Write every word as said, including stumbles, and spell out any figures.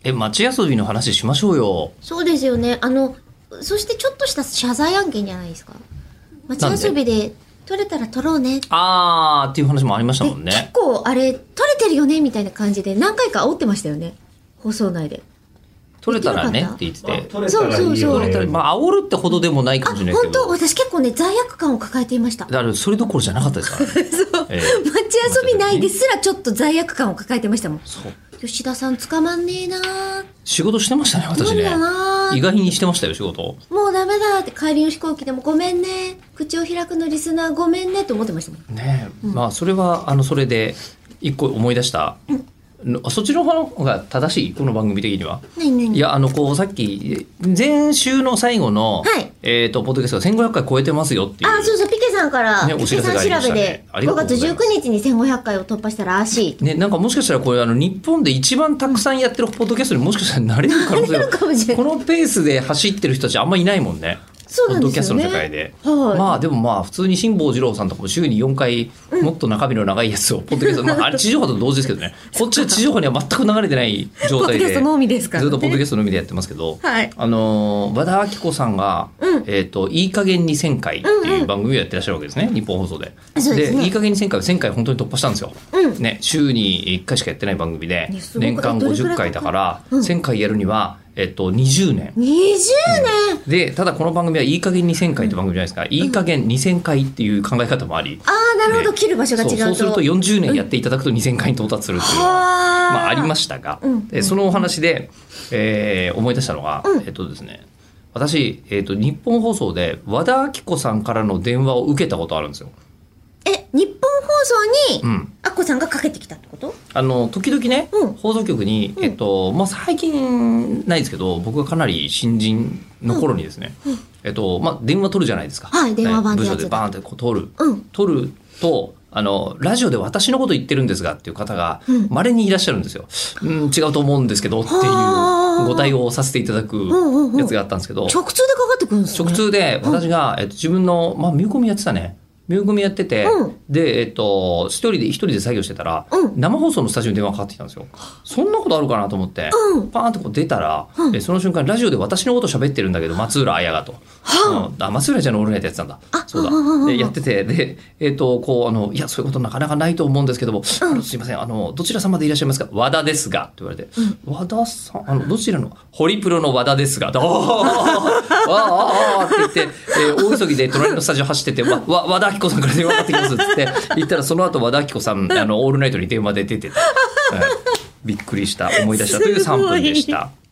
え、街遊びの話しましょうよ。 そうですよね。あの、そしてちょっとした謝罪案件じゃないですか。街遊びで撮れたら撮ろうね。 あーっていう話もありましたもんね。 結構あれ、撮れてるよねみたいな感じで何回か煽ってましたよね。放送内で。 撮れたらねって言ってて。 撮れたらいいよね。 まあ、煽るってほどでもないかもしれないけど。 あ、本当私結構ね、罪悪感を抱えていました。 だからそれどころじゃなかったですからね。 そう、えー、街遊び内ですらちょっと罪悪感を抱えてましたもん。 そう。 吉田さん捕まんねえなー。 仕事してましたね、私ね。意外にしてましたよ、仕事。 もうダメだって、帰りの飛行機でもごめんね。口を開くのリスナーごめんねって思ってましたもん。 ねえ、うん、まあそれは、あの、それで、一個思い出した。うんそっちの方が正しいこの番組的には。 何何いや、あの、こう、さっき、前週の最後の、はい、えっと、ポッドキャストがせんごひゃっかい超えてますよっていう。 あ、そうそう、ピケさんから、 ね、お知らせがありましたね。 ごがつじゅうくにちにせんごひゃっかいを突破したらしい。 ね、なんかもしかしたらこれ、あの、日本で一番たくさんやってるポッドキャストにもしかしたらなれる可能性が、このペースで走ってる人たちあんまいないもんね。 そうなんポッドキャスですよね。 トの世界で、 はい、 まあでもまあ普通に辛坊治郎さんとかも週によんかいもっと中身の長いやつを、うん、ポッドキャスト、まあ、あれ地上波と同時ですけどね、こっちは地上波には全く流れてない状態でポッドキャストのみですからね、 ずっとポッドキャストのみでやってますけど、 はい、 あの和田アキ子さんが、うん、えーと「いい加減にせんかい」っていう番組をやってらっしゃるわけですね、日本放送で。 そうですね、 でいい加減にせんかいはせんかい本当に突破したんですよ、うんね、週にいっかいしかやってない番組で年間ごじゅっかいだから、うん、せんかいやるにはえっと、にじゅうねん。 にじゅうねん、 うん、で、ただこの番組はいい加減にせんかいって番組じゃないですか。うん、いい加減にせんかいっていう考え方もあり。 ああ、なるほど、ね、切る場所が違うと。 そう、そうするとよんじゅうねんやっていただくとにせんかいに到達するっていうのが、まあ、ありましたが、うん、でそのお話で、えー、思い出したのが、うん、えっとですね、私、えっと、日本放送で和田アキ子さんからの電話を受けたことあるんですよ。 え、日本放送に、うん、アッコさんがかけてきたってこと？ あの時々ね、うん、放送局に、えっとまあ、最近ないですけど、僕がかなり新人の頃にですね、うんうん、えっとまあ、電話取るじゃないですか、 はい、電話番部署でバーンってこう取る、うん、取るとあのラジオで私のこと言ってるんですがっていう方が稀にいらっしゃるんですよ、うん、違うと思うんですけどっていうご対応をさせていただくやつがあったんですけど、 直通でかかってくるんですね。 直通で私が、えっと、自分の、まあ、見込みやってたね見込みやってて、うん、で、えっと、一人で、一人で作業してたら、うん、生放送のスタジオに電話かかってきたんですよ。そんなことあるかなと思って、うん、パーンとこう出たら、うん、その瞬間、ラジオで私のこと喋ってるんだけど、松浦綾がと。はあ、あ松浦ちゃんのオールナイトやってたんだ。そうだ。で、やってて、で、えっと、こう、あの、いや、そういうことなかなかないと思うんですけども、あのすいません、あの、どちら様でいらっしゃいますか？和田ですが、って言われて、和田さん、あの、どちらの、ホリプロの和田ですが、ああ、ああ、って言って、えー、大急ぎで隣のスタジオ走ってて、わ、わ、和田アキ子さんから電話かかってきますって言って、言ったらその後和田アキ子さん、あの、オールナイトに電話で出てて、はい、びっくりした、思い出したというさんぷんでした。